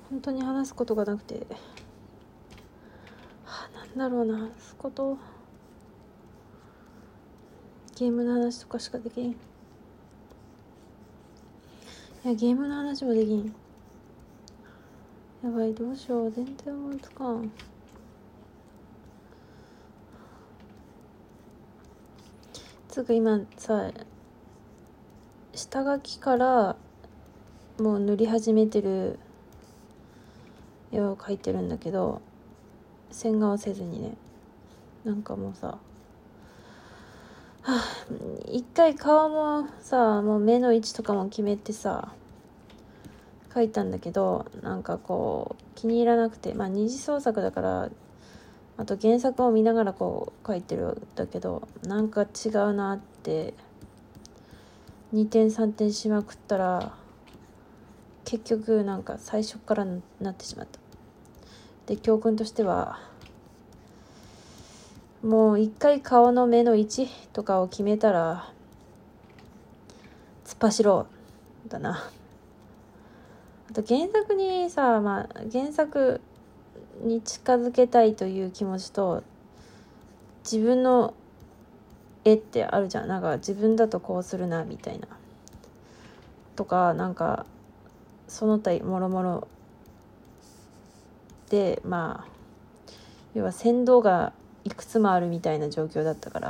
本当に話すことがなくて、なんだろうな、話すこと、ゲームの話とかしかできん。いや、ゲームの話もできん。やばい、どうしよう、全然思いつかん。つうか今さ、下書きからもう塗り始めてる絵を描いてるんだけど、線画をせずにね、なんかもうさ、一回顔もさ、もう目の位置とかも決めてさ描いたんだけど、なんかこう気に入らなくて、二次創作だから、あと原作を見ながらこう描いてるんだけど、なんか違うなって2点3点しまくったら、結局なんか最初からなってしまった。で、教訓としては、もう一回顔の目の位置とかを決めたら突っ走ろうだな。あと原作にさ、原作に近づけたいという気持ちと、自分の絵ってあるじゃん。なんか自分だとこうするなみたいなとか、なんかその他もろもろで、要は先導がいくつもあるみたいな状況だったから、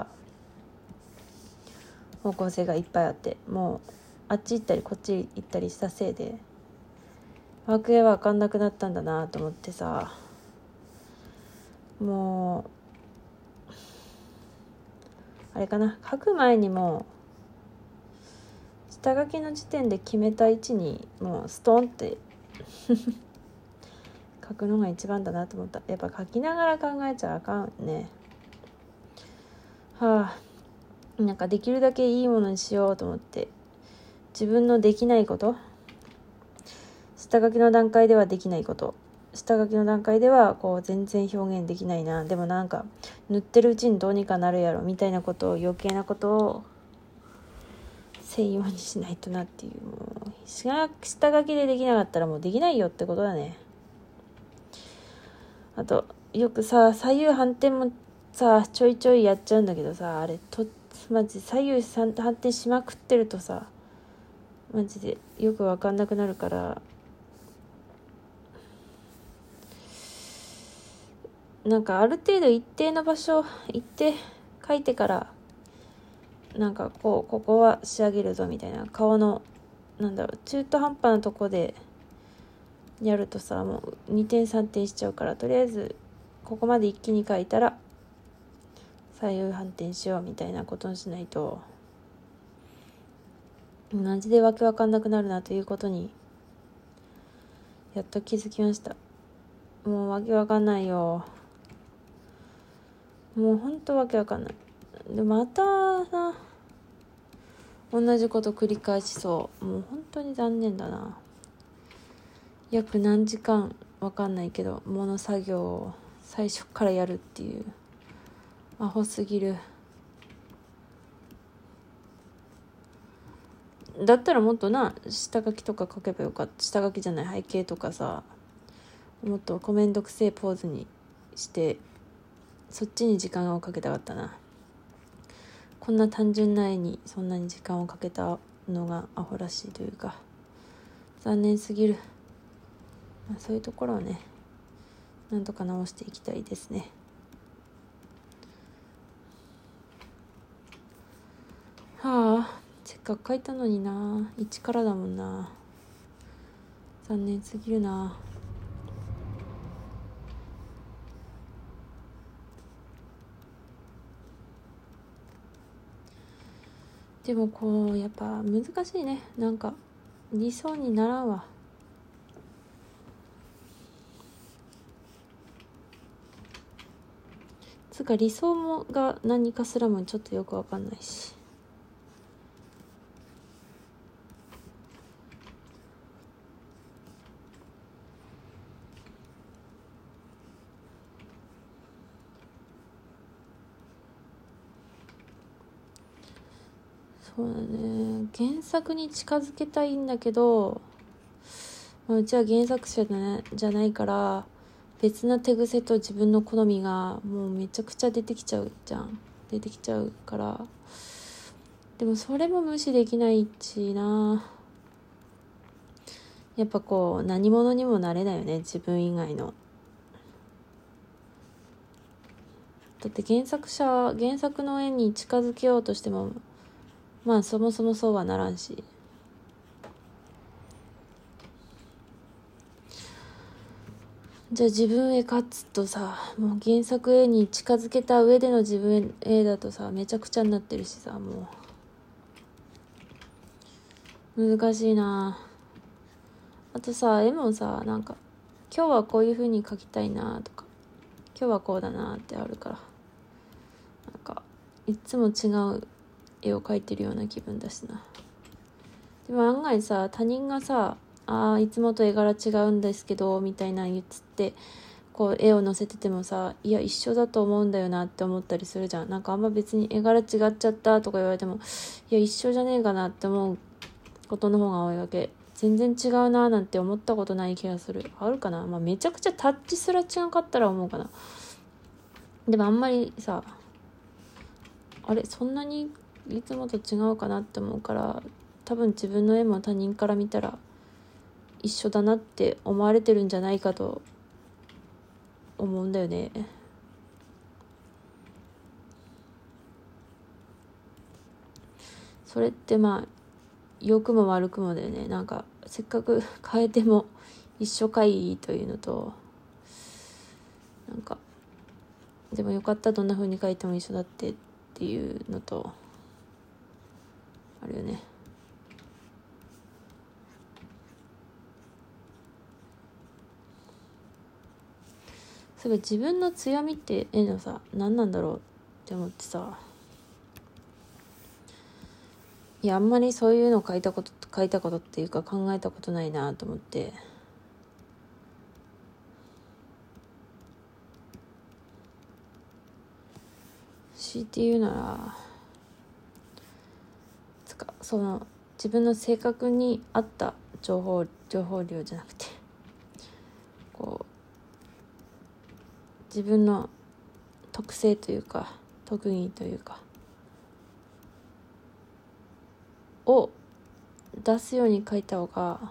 方向性がいっぱいあって、もうあっち行ったりこっち行ったりしたせいで枠絵は分かんなくなったんだなと思ってさ、もうあれかな、書く前にも下書きの時点で決めた位置にもうストンって書くのが一番だなと思った。やっぱ書きながら考えちゃあかんね。なんかできるだけいいものにしようと思って、自分のできないこと、下書きの段階ではできないこと、下書きの段階ではこう全然表現できないな、でもなんか塗ってるうちにどうにかなるやろみたいなことを、余計なことをせんようにしないとなっていう。もう下書きでできなかったらもうできないよってことだね。あとよくさ、左右反転もさちょいちょいやっちゃうんだけどさ、あれマジ左右反転しまくってるとさ、マジでよく分かんなくなるから、なんかある程度一定の場所行って書いてから、なんかここは仕上げるぞみたいな、顔の中途半端なとこでやるとさ、もう2点3点しちゃうから、とりあえずここまで一気に書いたら左右反転しようみたいなことにしないとマジでわけわかんなくなるなということにやっと気づきました。もうわけわかんないよ。もうほんとわけわかんない。でまたな、同じこと繰り返しそう。もう本当に残念だな。約何時間わかんないけど、もの作業を最初からやるっていう、アホすぎる。だったらもっとな、下書きとか書けばよかった。下書きじゃない、背景とかさ、もっとめんどくせえポーズにして、そっちに時間をかけたかったな。こんな単純な絵にそんなに時間をかけたのがアホらしいというか、残念すぎる。そういうところをね、なんとか直していきたいですね。せっかく書いたのにな、一からだもんな。残念すぎるな。でもこうやっぱ難しいね。なんか理想にならんわ。つうか理想もが何かすらもちょっとよくわかんないし。そうだね、原作に近づけたいんだけど、 うちは原作者じゃないから別な手癖と自分の好みがもうめちゃくちゃ出てきちゃうから、でもそれも無視できないしな。やっぱこう何者にもなれないよね、自分以外の。だって原作の絵に近づけようとしてもまあそもそもそうはならんし、じゃあ自分絵かつとさ、もう原作絵に近づけた上での自分絵だとさめちゃくちゃになってるしさ、もう難しいな。あとさ、絵もさ、なんか今日はこういう風に描きたいなとか、今日はこうだなってあるから、なんかいつも違う絵を描いてるような気分だしな。でも案外さ、他人がさ、いつもと絵柄違うんですけどみたいな言ってこう絵を載せててもさ、いや一緒だと思うんだよなって思ったりするじゃん。なんかあんま別に絵柄違っちゃったとか言われても、いや一緒じゃねえかなって思うことの方が多いわけ。全然違うななんて思ったことない気がする。あるかな。めちゃくちゃタッチすら違かったら思うかな。でもあんまりさ、あれそんなにいつもと違うかなって思うから、多分自分の絵も他人から見たら一緒だなって思われてるんじゃないかと思うんだよね。それって良くも悪くもだよね。なんかせっかく変えても一緒かいというのと、なんかでもよかった、どんな風に書いても一緒だっていうのとあるよね。それ自分の強みって絵のさ何なんだろうって思ってさ、いやあんまりそういうの書いたことっていうか考えたことないなと思って。強いて言うならその自分の性格に合った情報量じゃなくて、こう自分の特性というか特技というかを出すように書いた方が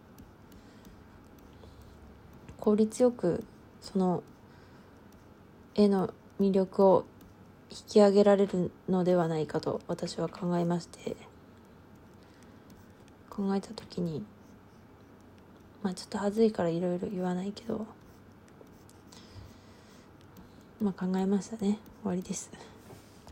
効率よくその絵の魅力を引き上げられるのではないかと私は考えまして、考えた時にちょっと恥ずいからいろいろ言わないけど考えましたね。終わりです。